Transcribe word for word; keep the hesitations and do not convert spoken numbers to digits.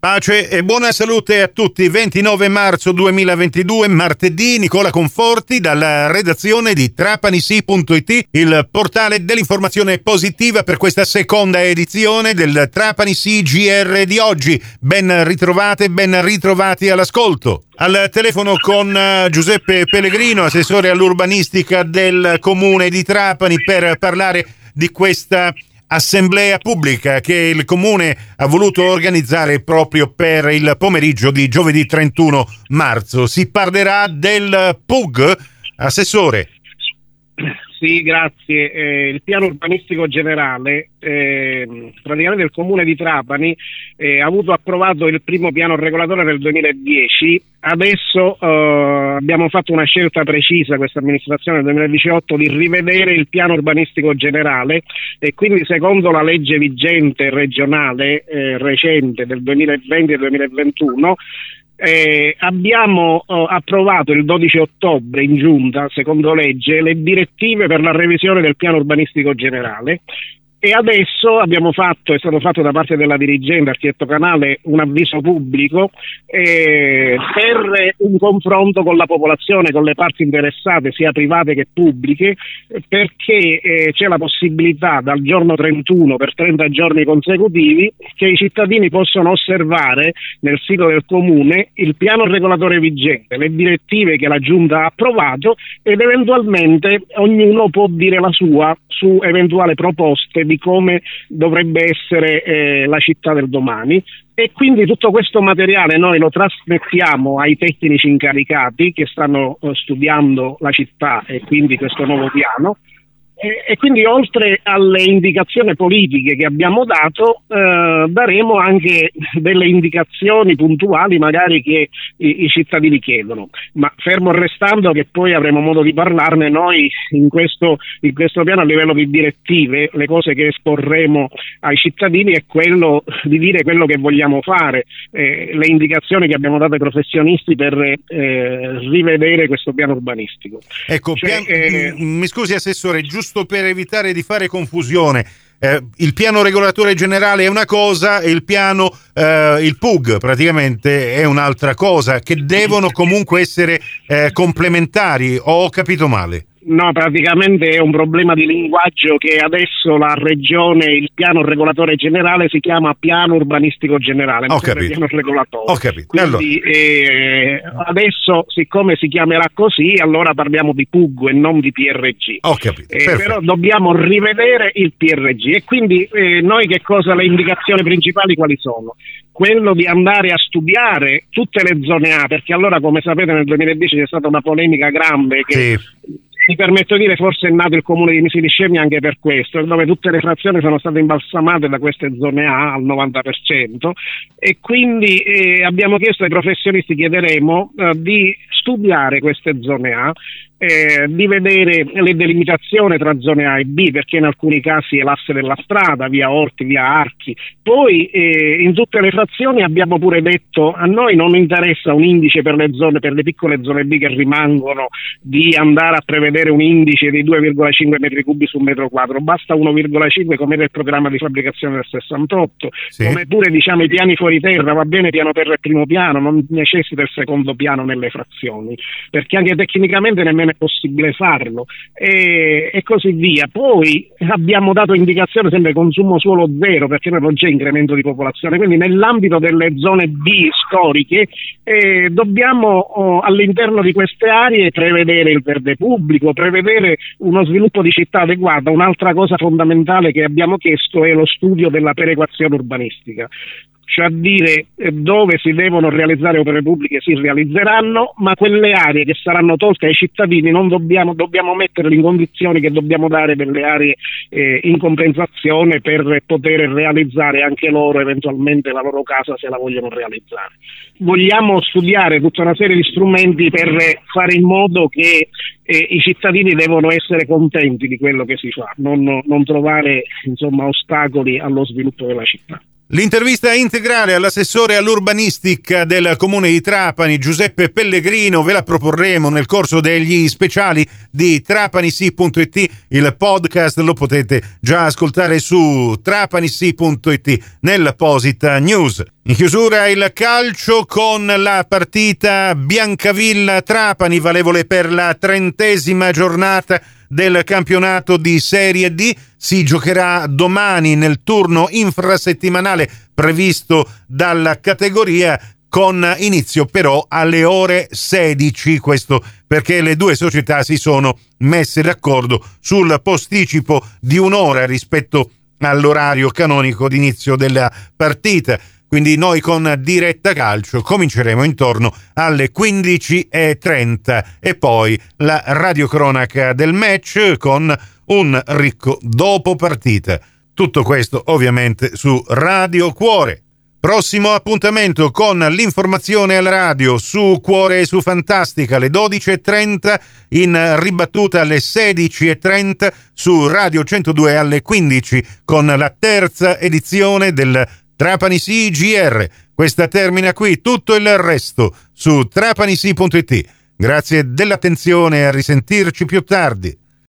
Pace e buona salute a tutti. ventinove marzo duemilaventidue, martedì. Nicola Conforti dalla redazione di Trapanisi punto it, il portale dell'informazione positiva, per questa seconda edizione del Trapanisi G R di oggi. Ben ritrovate, ben ritrovati all'ascolto. Al telefono con Giuseppe Pellegrino, assessore all'urbanistica del comune di Trapani, per parlare di questa assemblea pubblica che il comune ha voluto organizzare proprio per il pomeriggio di giovedì trentuno marzo. Si parlerà del P U G, assessore. Sì, grazie. Eh, il piano urbanistico generale eh, praticamente il comune di Trapani eh, ha avuto approvato il primo piano regolatore nel duemiladieci. Adesso eh, abbiamo fatto una scelta precisa, questa amministrazione nel duemiladiciotto, di rivedere il piano urbanistico generale, e quindi secondo la legge vigente regionale eh, recente del duemilaventi e duemilaventuno Eh, abbiamo eh, approvato il dodici ottobre in giunta, secondo legge, le direttive per la revisione del piano urbanistico generale, e adesso abbiamo fatto, è stato fatto da parte della dirigente architetto Canale, un avviso pubblico eh, per un confronto con la popolazione, con le parti interessate sia private che pubbliche, perché eh, c'è la possibilità dal giorno trentuno per trenta giorni consecutivi che i cittadini possono osservare nel sito del comune il piano regolatore vigente, le direttive che la giunta ha approvato, ed eventualmente ognuno può dire la sua su eventuali proposte di come dovrebbe essere eh, la città del domani. E quindi tutto questo materiale noi lo trasmettiamo ai tecnici incaricati che stanno eh, studiando la città e quindi questo nuovo piano. E, e quindi oltre alle indicazioni politiche che abbiamo dato, eh, daremo anche delle indicazioni puntuali magari che i, i cittadini chiedono, ma fermo restando che poi avremo modo di parlarne noi in questo, in questo piano a livello di direttive. Le cose che esporremo ai cittadini è quello di dire quello che vogliamo fare, eh, le indicazioni che abbiamo dato ai professionisti per eh, rivedere questo piano urbanistico. Ecco, cioè, pian- eh, mi scusi assessore, giusto per evitare di fare confusione, eh, il piano regolatore generale è una cosa e il piano, eh, il P U G praticamente è un'altra cosa, che devono comunque essere eh, complementari, o ho capito male? No, praticamente è un problema di linguaggio che adesso la regione, il piano regolatore generale si chiama piano urbanistico generale, non è piano regolatore. Ho capito. Quindi allora. eh, adesso, siccome si chiamerà così, allora parliamo di P U G e non di P R G. Ho capito. Eh, però dobbiamo rivedere il P R G, e quindi eh, noi che cosa, le indicazioni principali quali sono? Quello di andare a studiare tutte le zone A, perché allora, come sapete, nel duemiladieci c'è stata una polemica grande che... Sì. Mi permetto di dire, forse è nato il comune di Misi di Scemi anche per questo, dove tutte le frazioni sono state imbalsamate da queste zone A al novanta per cento, e quindi eh, abbiamo chiesto ai professionisti, chiederemo eh, di studiare queste zone A, eh, di vedere le delimitazioni tra zone A e B, perché in alcuni casi è l'asse della strada, via Orti, via Archi. Poi eh, in tutte le frazioni abbiamo pure detto, a noi non interessa un indice per le zone, per le piccole zone B che rimangono, di andare a prevedere un indice di due virgola cinque metri cubi su metro quadro, basta uno virgola cinque come era il programma di fabbricazione del sessantotto, sì. Come pure diciamo i piani fuori terra, va bene piano terra e primo piano, non necessita il secondo piano nelle frazioni, perché anche tecnicamente nemmeno è possibile farlo, e, e così via. Poi abbiamo dato indicazione sempre consumo suolo zero, perché noi non c'è incremento di popolazione, quindi nell'ambito delle zone B storiche eh, dobbiamo oh, all'interno di queste aree prevedere il verde pubblico, prevedere uno sviluppo di città adeguata. Un'altra cosa fondamentale che abbiamo chiesto è lo studio della perequazione urbanistica, cioè a dire eh, dove si devono realizzare opere pubbliche si realizzeranno, ma quelle aree che saranno tolte ai cittadini non dobbiamo, dobbiamo metterle in condizioni che dobbiamo dare delle aree eh, in compensazione per poter realizzare anche loro eventualmente la loro casa, se la vogliono realizzare. Vogliamo studiare tutta una serie di strumenti per fare in modo che eh, i cittadini devono essere contenti di quello che si fa, non, non trovare insomma ostacoli allo sviluppo della città. L'intervista integrale all'assessore all'urbanistica del comune di Trapani, Giuseppe Pellegrino, ve la proporremo nel corso degli speciali di trapanisi punto it. Il podcast lo potete già ascoltare su trapanisi punto it nell'apposita news. In chiusura il calcio con la partita Biancavilla-Trapani, valevole per la trentesima giornata del campionato di Serie D. Si giocherà domani nel turno infrasettimanale previsto dalla categoria, con inizio però alle ore sedici, questo perché le due società si sono messe d'accordo sul posticipo di un'ora rispetto all'orario canonico d'inizio della partita. Quindi noi con Diretta Calcio cominceremo intorno alle quindici e trenta e poi la radiocronaca del match con un ricco dopo partita. Tutto questo ovviamente su Radio Cuore. Prossimo appuntamento con l'informazione alla radio su Cuore e su Fantastica alle dodici e trenta, in ribattuta alle sedici e trenta su Radio centodue alle quindici con la terza edizione del Trapanisi G R. Questa termina qui, tutto il resto su trapanisi punto it. Grazie dell'attenzione e a risentirci più tardi.